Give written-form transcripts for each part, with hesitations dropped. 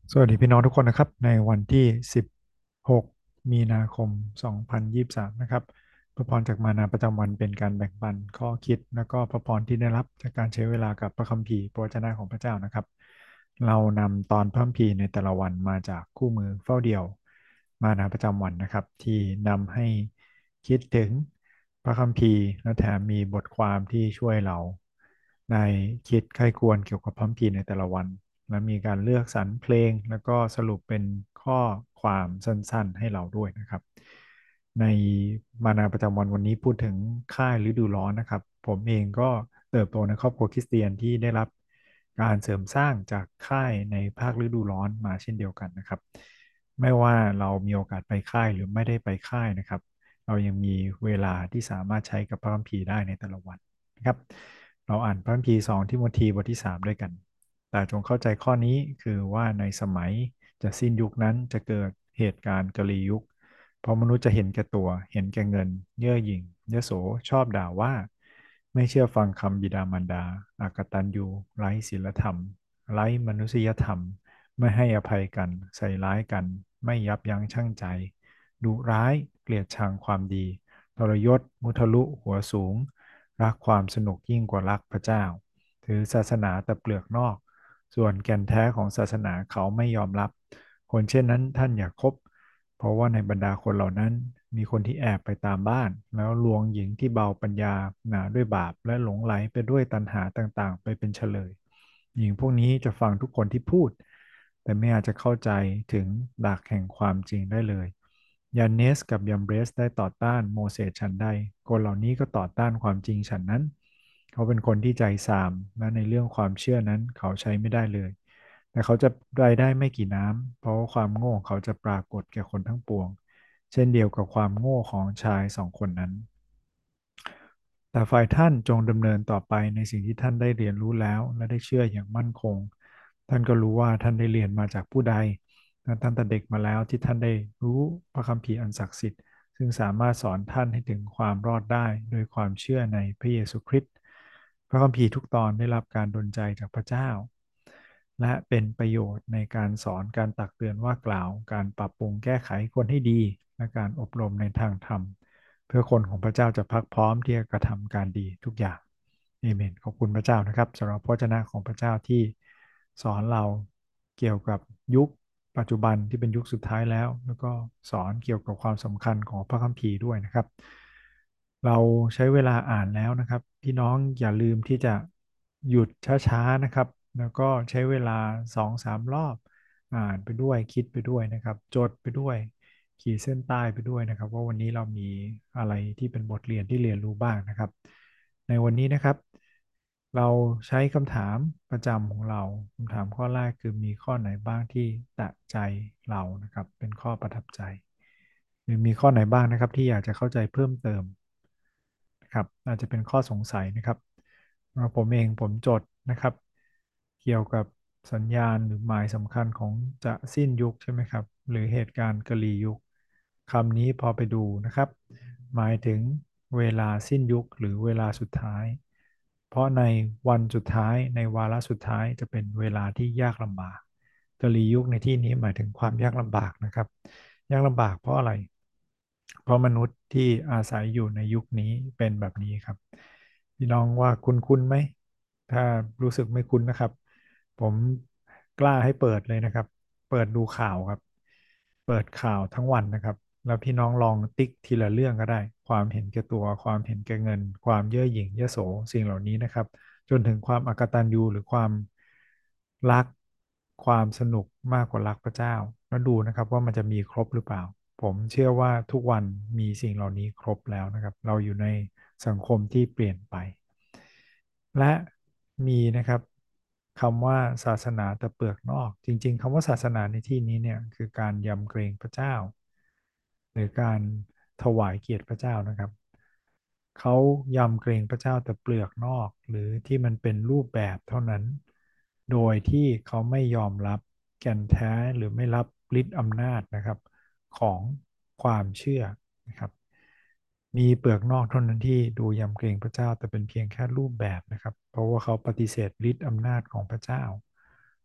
สวัสดีพี่น้องทุกคนนะครับในวันที่16มีนาคม2023นะครับพระพรจากมานาประจำวันเป็นการแบ่งปันข้อคิดและก็พระพรที่ได้รับจากการใช้เวลากับพระคัมภีร์พระวจนะของพระเจ้านะครับเรานำตอนพระคัมภีร์ในแต่ละวันมาจากคู่มือเฝ้าเดี่ยวมานาประจำวันนะครับที่นำให้คิดถึงพระคัมภีร์และแถมมีบทความที่ช่วยเราในคิดใคร่ครวญเกี่ยวกับพระคัมภีร์ในแต่ละวัน และมีการเลือกสรรเพลงแล้วก็สรุปเป็นข้อความสั้นๆให้เราด้วยนะครับในมานาประจำวันวันนี้พูดถึงค่ายฤดูร้อนนะครับผมเองก็เติบโตในครอบครัวคริสเตียนที่ได้รับการเสริมสร้างจากค่ายในภาคฤดูร้อนมาเช่นเดียวกันนะครับไม่ว่าเรามีโอกาสไปค่ายหรือไม่ได้ไปค่ายนะครับเรายังมีเวลาที่สามารถใช้กับพระคัมภีร์ได้ในแต่ละวันนะครับเราอ่านพระคัมภีร์2 ทิโมธีบทที่3ด้วยกัน แต่จงเข้าใจข้อนี้คือว่าในสมัยจะสิ้นยุคนั้นจะเกิดเหตุการณ์กลียุคเพราะมนุษย์จะเห็นแก่ตัวเห็นแก่เงินเย่อหยิ่งยโสชอบด่าว่าไม่เชื่อฟังคำบิดามารดาอากตัญญูไร้ศีลธรรมไร้มนุษยธรรมไม่ให้อภัยกันใส่ร้ายกันไม่ยับยั้งชั่งใจดุร้ายเกลียดชังความดีทรยศมุทะลุหัวสูงรักความสนุกยิ่งกว่ารักพระเจ้า ถือศาสนาแต่เปลือกนอก ส่วนแก่นแท้ของศาสนาเขาไม่ยอมรับ คนเช่นนั้นท่านอย่าคบ เพราะว่าในบรรดาคนเหล่านั้นมีคนที่แอบไปตามบ้านแล้วลวงหญิงที่เบาปัญญาหนาด้วยบาปและหลงไหลไปด้วยตัณหาต่างๆไปเป็นเฉลยหญิงพวกนี้จะฟังทุกคนที่พูดแต่ไม่อาจจะเข้าใจถึงหลักแห่งความจริงได้เลยยานเนสกับยัมเบรสได้ต่อต้านโมเสสฉันใดคนเหล่านี้ก็ต่อต้านความจริงฉันนั้น เขาเป็นคนที่ใจสามและในเรื่องความเชื่อนั้นเขาใช้ไม่ได้เลยแต่เขาจะรายได้ไม่กี่น้ำเพราะว่าความโง่ของเขาจะปรากฏแก่คนทั้งปวงเช่นเดียวกับความโง่ของชายสองคนนั้นแต่ฝ่ายท่านจงดำเนินต่อไปในสิ่งที่ท่านได้เรียนรู้แล้วและได้เชื่ออย่างมั่นคงท่านก็รู้ว่าท่านได้เรียนมาจากผู้ใดและตั้งแต่เด็กมาแล้วที่ท่านได้รู้พระคัมภีร์อันศักดิ์สิทธิ์ซึ่งสามารถสอนท่านให้ถึงความรอดได้โดยความเชื่อในพระเยซูคริสต์ พระคัมภีร์ทุกตอนได้รับการดลใจจากพระเจ้าและเป็นประโยชน์ในการสอนการตักเตือนว่ากล่าวการปรับปรุงแก้ไขคนให้ดีและการอบรมในทางธรรมเพื่อคนของพระเจ้าจะพักพร้อมที่จะกระทำการดีทุกอย่างเอเมนขอบคุณพระเจ้านะครับสำหรับพระเจ้าของพระเจ้าที่สอนเราเกี่ยวกับยุคปัจจุบันที่เป็นยุคสุดท้ายแล้วก็สอนเกี่ยวกับความสำคัญของพระคัมภีร์ด้วยนะครับ เราใช้เวลาอ่านแล้วนะครับพี่น้องอย่าลืมที่จะหยุดช้าๆนะครับแล้วก็ใช้เวลา2-3 รอบอ่านไปด้วยคิดไปด้วยนะครับจดไปด้วยขีดเส้นใต้ไปด้วยนะครับว่าวันนี้เรามีอะไรที่เป็นบทเรียนที่เรียนรู้บ้างนะครับในวันนี้นะครับเราใช้คำถามประจำของเราคำถามข้อแรกคือมีข้อไหนบ้างที่ตะใจเรานะครับเป็นข้อประทับใจหรือมีข้อไหนบ้างนะครับที่อยากจะเข้าใจเพิ่มเติม นะครับอาจจะเป็นข้อสงสัยนะครับผมเองผมจดนะครับเกี่ยวกับสัญญาณหรือหมายสำคัญของจะสิ้นยุคใช่ไหมครับหรือเหตุการณ์กลียุคคำนี้พอไปดูนะครับหมายถึงเวลาสิ้นยุคหรือเวลาสุดท้ายเพราะในวันสุดท้ายในวาระสุดท้ายจะเป็นเวลาที่ยากลำบากกลียุคในที่นี้หมายถึงความยากลำบากนะครับยากลำบากเพราะอะไร เพราะมนุษย์ที่อาศัยอยู่ในยุคนี้เป็นแบบนี้ครับพี่น้องว่าคุ้นไหมถ้ารู้สึกไม่คุ้นนะครับผมกล้าให้เปิดเลยนะครับเปิดดูข่าวครับเปิดข่าวทั้งวันนะครับแล้วพี่น้องลองติ๊กทีละเรื่องก็ได้ความเห็นแก่ตัวความเห็นแก่เงินความเย่อหยิ่งยโสสิ่งเหล่านี้นะครับจนถึงความอกตัญญูหรือความรักความสนุกมากกว่ารักพระเจ้าแล้วดูนะครับว่ามันจะมีครบหรือเปล่า ผมเชื่อว่าทุกวันมีสิ่งเหล่านี้ครบแล้วนะครับเราอยู่ในสังคมที่เปลี่ยนไปและมีนะครับคำว่าศาสนาแต่เปลือกนอกจริงๆคำว่าศาสนาในที่นี้เนี่ยคือการยำเกรงพระเจ้าหรือการถวายเกียรติพระเจ้านะครับเขายำเกรงพระเจ้าแต่เปลือกนอกหรือที่มันเป็นรูปแบบเท่านั้นโดยที่เขาไม่ยอมรับแก่นแท้หรือไม่รับฤทธิ์อำนาจนะครับ ของความเชื่อนะครับมีเปลือกนอกเท่านั้นที่ดูยำเกรงพระเจ้าแต่เป็นเพียงแค่รูปแบบนะครับเพราะว่าเขาปฏิเสธฤทธิ์อำนาจของพระเจ้า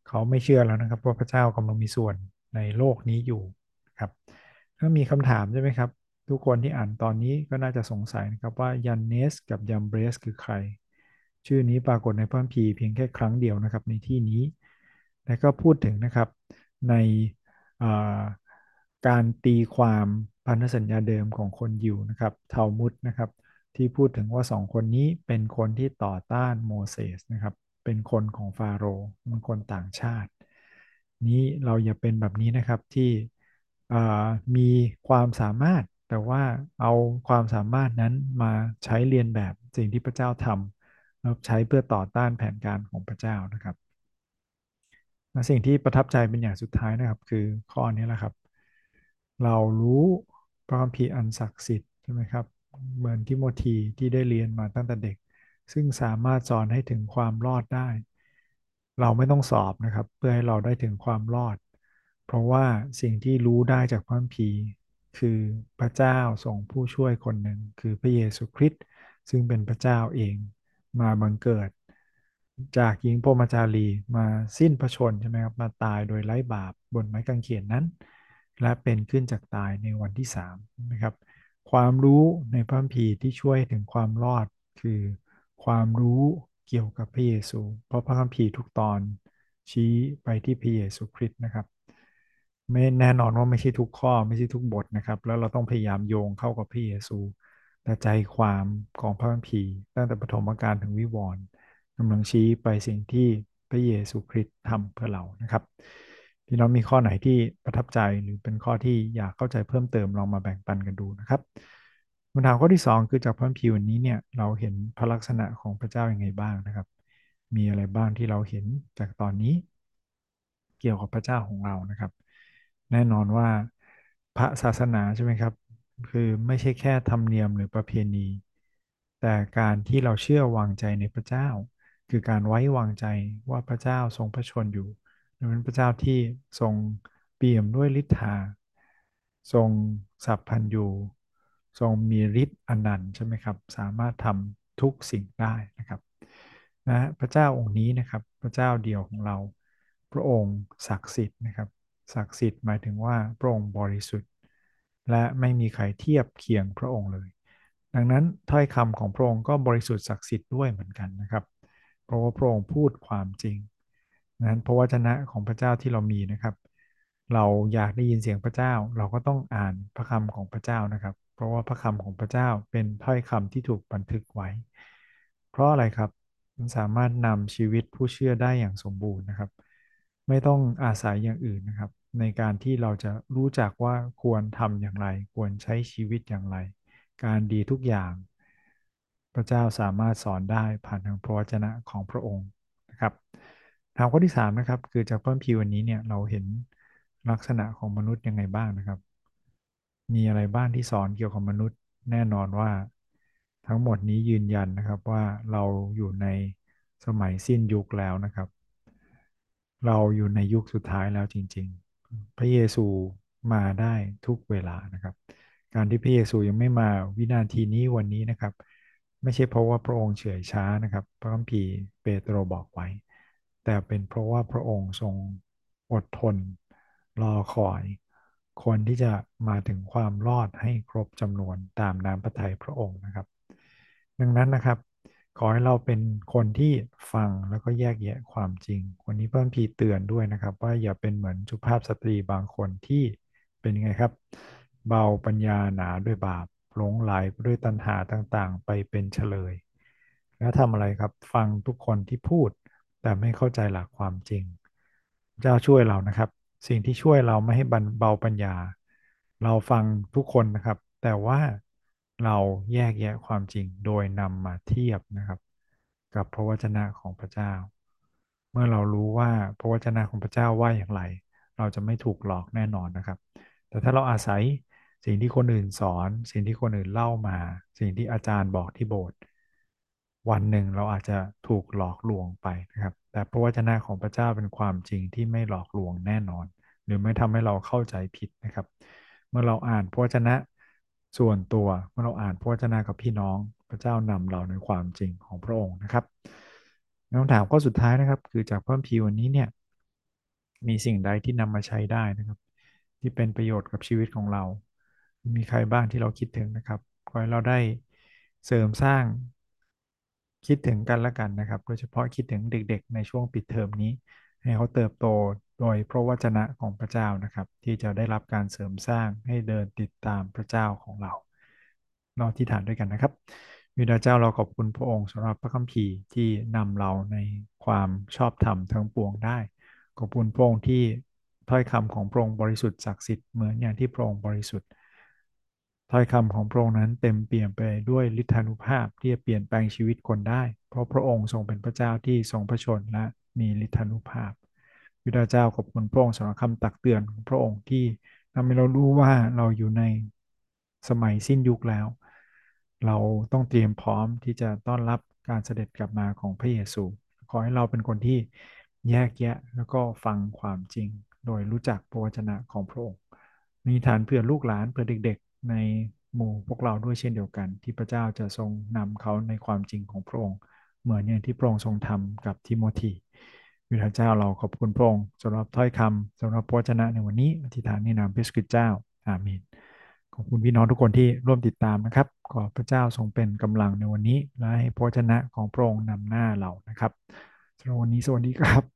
เขาไม่เชื่อแล้วนะครับว่าพระเจ้ากำลังมีส่วนในโลกนี้อยู่ครับถ้ามีคำถามใช่ไหมครับทุกคนที่อ่านตอนนี้ก็น่าจะสงสัยนะครับว่ายันเนสกับยัมเบรสคือใครชื่อนี้ปรากฏในพระคัมภีร์เพียงแค่ครั้งเดียวนะครับในที่นี้และก็พูดถึงนะครับในอ่าการตีความพันธสัญญาเดิมของคนยิวนะครับทัลมุดนะครับที่พูดถึงว่าสองคนนี้เป็นคนที่ต่อต้านโมเสสนะครับ เป็นคนของฟาโรห์เป็นคนต่างชาตินี้เราอย่าเป็นแบบนี้นะครับที่อ่ามีความสามารถแต่ว่าเอาความสามารถนั้นมาใช้เรียนแบบสิ่งที่พระเจ้าทำแล้วใช้เพื่อต่อต้านแผนการของพระเจ้านะครับ และสิ่งที่ประทับใจเป็นอย่างสุดท้ายนะครับคือข้อนี้แหละครับเรารู้พระคัมภีร์อันศักดิ์สิทธิ์ใช่ไหมครับเหมือนทิโมธีที่ได้เรียนมาตั้งแต่เด็กซึ่งสามารถสอนให้ถึงความรอดได้เราไม่ต้องสอบนะครับเพื่อให้เราได้ถึงความรอดเพราะว่าสิ่งที่รู้ได้จากพระคัมภีร์คือพระเจ้าส่งผู้ช่วยคนหนึ่งคือพระเยซูคริสต์ซึ่งเป็นพระเจ้าเองมาบังเกิดจากหญิงพรหมจารีมาสิ้นพระชนม์ใช่ไหมครับมาตายโดยไร้บาปบนไม้กางเขนนั้นและเป็นขึ้นจากตายในวันที่สามนะครับความรู้ในพระคัมภีร์ที่ช่วยถึงความรอดคือความรู้เกี่ยวกับพระเยซูเพราะพระคัมภีร์ทุกตอนชี้ไปที่พระเยซูคริสต์นะครับไม่แน่นอนว่าไม่ใช่ทุกข้อไม่ใช่ทุกบทนะครับแล้วเราต้องพยายามโยงเข้ากับพระเยซูแต่ใจความของพระคัมภีร์ตั้งแต่ปฐมกาลถึงวิวรณ์ กำลังชี้ไปสิ่งที่พระเยซูคริสต์ทำเพื่อเรานะครับพี่น้องมีข้อไหนที่ประทับใจหรือเป็นข้อที่อยากเข้าใจเพิ่มเติมลองมาแบ่งปันกันดูนะครับคำถามข้อที่สองคือจากพระคัมภีร์วันนี้เนี่ยเราเห็นพระลักษณะของพระเจ้ายังไงบ้างนะครับมีอะไรบ้างที่เราเห็นจากตอนนี้เกี่ยวกับพระเจ้าของเรานะครับแน่นอนว่าพระศาสนาใช่ไหมครับคือไม่ใช่แค่ธรรมเนียมหรือประเพณีแต่การที่เราเชื่อวางใจในพระเจ้า คือการไว้วางใจว่าพระเจ้าทรงพระชนอยู่เป็นพระเจ้าที่ทรงเปี่ยมด้วยฤทธาทรงสัพพัญญูทรงมีฤทธิ์อนันต์ใช่ไหมครับสามารถทำทุกสิ่งได้นะครับนะพระเจ้าองค์นี้นะครับพระเจ้าเดียวของเราพระองค์ศักดิ์สิทธิ์นะครับศักดิ์สิทธิ์หมายถึงว่าพระองค์บริสุทธิ์และไม่มีใครเทียบเคียงพระองค์เลยดังนั้นถ้อยคำของพระองค์ก็บริสุทธิ์ศักดิ์สิทธิ์ด้วยเหมือนกันนะครับ เพราะว่าพระองค์พูดความจริงนั้นพระวจนะของพระเจ้าที่เรามีนะครับเราอยากได้ยินเสียงพระเจ้าเราก็ต้องอ่านพระคำของพระเจ้านะครับเพราะว่าพระคำของพระเจ้าเป็นถ้อยคำที่ถูกบันทึกไว้เพราะอะไรครับมันสามารถนำชีวิตผู้เชื่อได้อย่างสมบูรณ์นะครับไม่ต้องอาศัยอย่างอื่นนะครับในการที่เราจะรู้จักว่าควรทำอย่างไรควรใช้ชีวิตอย่างไร การดีทุกอย่างพระเจ้าสามารถสอนได้ผ่านทางพระวจนะของพระองค์นะครับถามข้อที่สามนะครับคือจากพระคัมภีร์วันนี้เนี่ยเราเห็นลักษณะของมนุษย์ยังไงบ้างนะครับมีอะไรบ้างที่สอนเกี่ยวกับมนุษย์แน่นอนว่าทั้งหมดนี้ยืนยันนะครับว่าเราอยู่ในสมัยสิ้นยุคแล้วนะครับเราอยู่ในยุคสุดท้ายแล้วจริงๆพระเยซูมาได้ทุกเวลานะครับ การที่พระเยซูยังไม่มาวินาทีนี้วันนี้นะครับไม่ใช่เพราะว่าพระองค์เฉื่อยช้านะครับพระคัมภีร์เปโตรบอกไว้แต่เป็นเพราะว่าพระองค์ทรงอดทนรอคอยคนที่จะมาถึงความรอดให้ครบจำนวนตามน้ำพระทัยพระองค์นะครับดังนั้นนะครับขอให้เราเป็นคนที่ฟังแล้วก็แยกแยะความจริงวันนี้พระคัมภีร์เตือนด้วยนะครับว่าอย่าเป็นเหมือนสุภาพสตรีบางคนที่เป็นยังไงครับ เบาปัญญาหนาด้วยบาปหลงไหลด้วยตัณหาต่างๆไปเป็นเฉลยแล้วทำอะไรครับฟังทุกคนที่พูดแต่ไม่เข้าใจหลักความจริงเจ้าช่วยเรานะครับสิ่งที่ช่วยเราไม่ให้เบาปัญญาเราฟังทุกคนนะครับแต่ว่าเราแยกแยะความจริงโดยนำมาเทียบนะครับกับพระวจนะของพระเจ้าเมื่อเรารู้ว่าพระวจนะของพระเจ้าว่าอย่างไรเราจะไม่ถูกหลอกแน่นอนนะครับ แต่ถ้าเราอาศัยสิ่งที่คนอื่นสอนสิ่งที่คนอื่นเล่ามาสิ่งที่อาจารย์บอกที่โบสถ์วันหนึ่งเราอาจจะถูกหลอกลวงไปนะครับแต่พระวจนะของพระเจ้าเป็นความจริงที่ไม่หลอกลวงแน่นอนหรือไม่ทำให้เราเข้าใจผิดนะครับเมื่อเราอ่านพระวจนะส่วนตัวเมื่อเราอ่านพระวจนะกับพี่น้องพระเจ้านำเราในความจริงของพระองค์นะครับคำถามข้อสุดท้ายนะครับคือจากพระคัมภีร์วันนี้เนี่ยมีสิ่งใดที่นำมาใช้ได้นะครับที่เป็นประโยชน์กับชีวิตของเรามีใครบ้างที่เราคิดถึงนะครับขอให้เราได้เสริมสร้างคิดถึงกันและกันนะครับโดยเฉพาะคิดถึงเด็กๆในช่วงปิดเทอมนี้ให้เขาเติบโตโดยพระวจนะของพระเจ้านะครับที่จะได้รับการเสริมสร้างให้เดินติดตามพระเจ้าของเราเราอธิษฐานด้วยกันนะครับบิดาเจ้าเราขอบคุณพระองค์สำหรับพระคัมภีร์ที่นำเราในความชอบธรรมทั้งปวงได้ ขอบคุณพระองค์ที่ถ้อยคำของพระองค์บริสุทธิ์ศักดิ์สิทธิ์เหมือนอย่างที่พระองค์บริสุทธิ์ถ้อยคำของพระองค์นั้นเต็มเปี่ยมไปด้วยฤทธานุภาพที่จะเปลี่ยนแปลงชีวิตคนได้เพราะพระองค์ทรงเป็นพระเจ้าที่ทรงพระชนและมีฤทธานุภาพบิดาเจ้าขอบคุณพระองค์สำหรับคำตักเตือนของพระองค์ที่ทำให้เรารู้ว่าเราอยู่ในสมัยสิ้นยุคแล้วเราต้องเตรียมพร้อมที่จะต้อนรับการเสด็จกลับมาของพระเยซูขอให้เราเป็นคนที่ แยกแยะแล้วก็ฟังความจริงโดยรู้จักพระวจนะของพระองค์มีฐานเพื่อลูกหลานเพื่อเด็กๆในหมู่พวกเราด้วยเช่นเดียวกันที่พระเจ้าจะทรงนำเขาในความจริงของพระองค์เหมือนอย่างที่พระองค์ทรงทำกับทิโมธีวิทาเจ้าเราขอบคุณพระองค์สำหรับถ้อยคำสำหรับพระวจนะในวันนี้อธิษฐานในนามพระสุคริสต์เจ้าอาเมนขอบคุณพี่น้องทุกคนที่ร่วมติดตามนะครับขอพระเจ้าทรงเป็นกำลังในวันนี้และให้พระวจนะของพระองค์นำหน้าเรานะครับสำหรับวันนี้สวัสดีครับ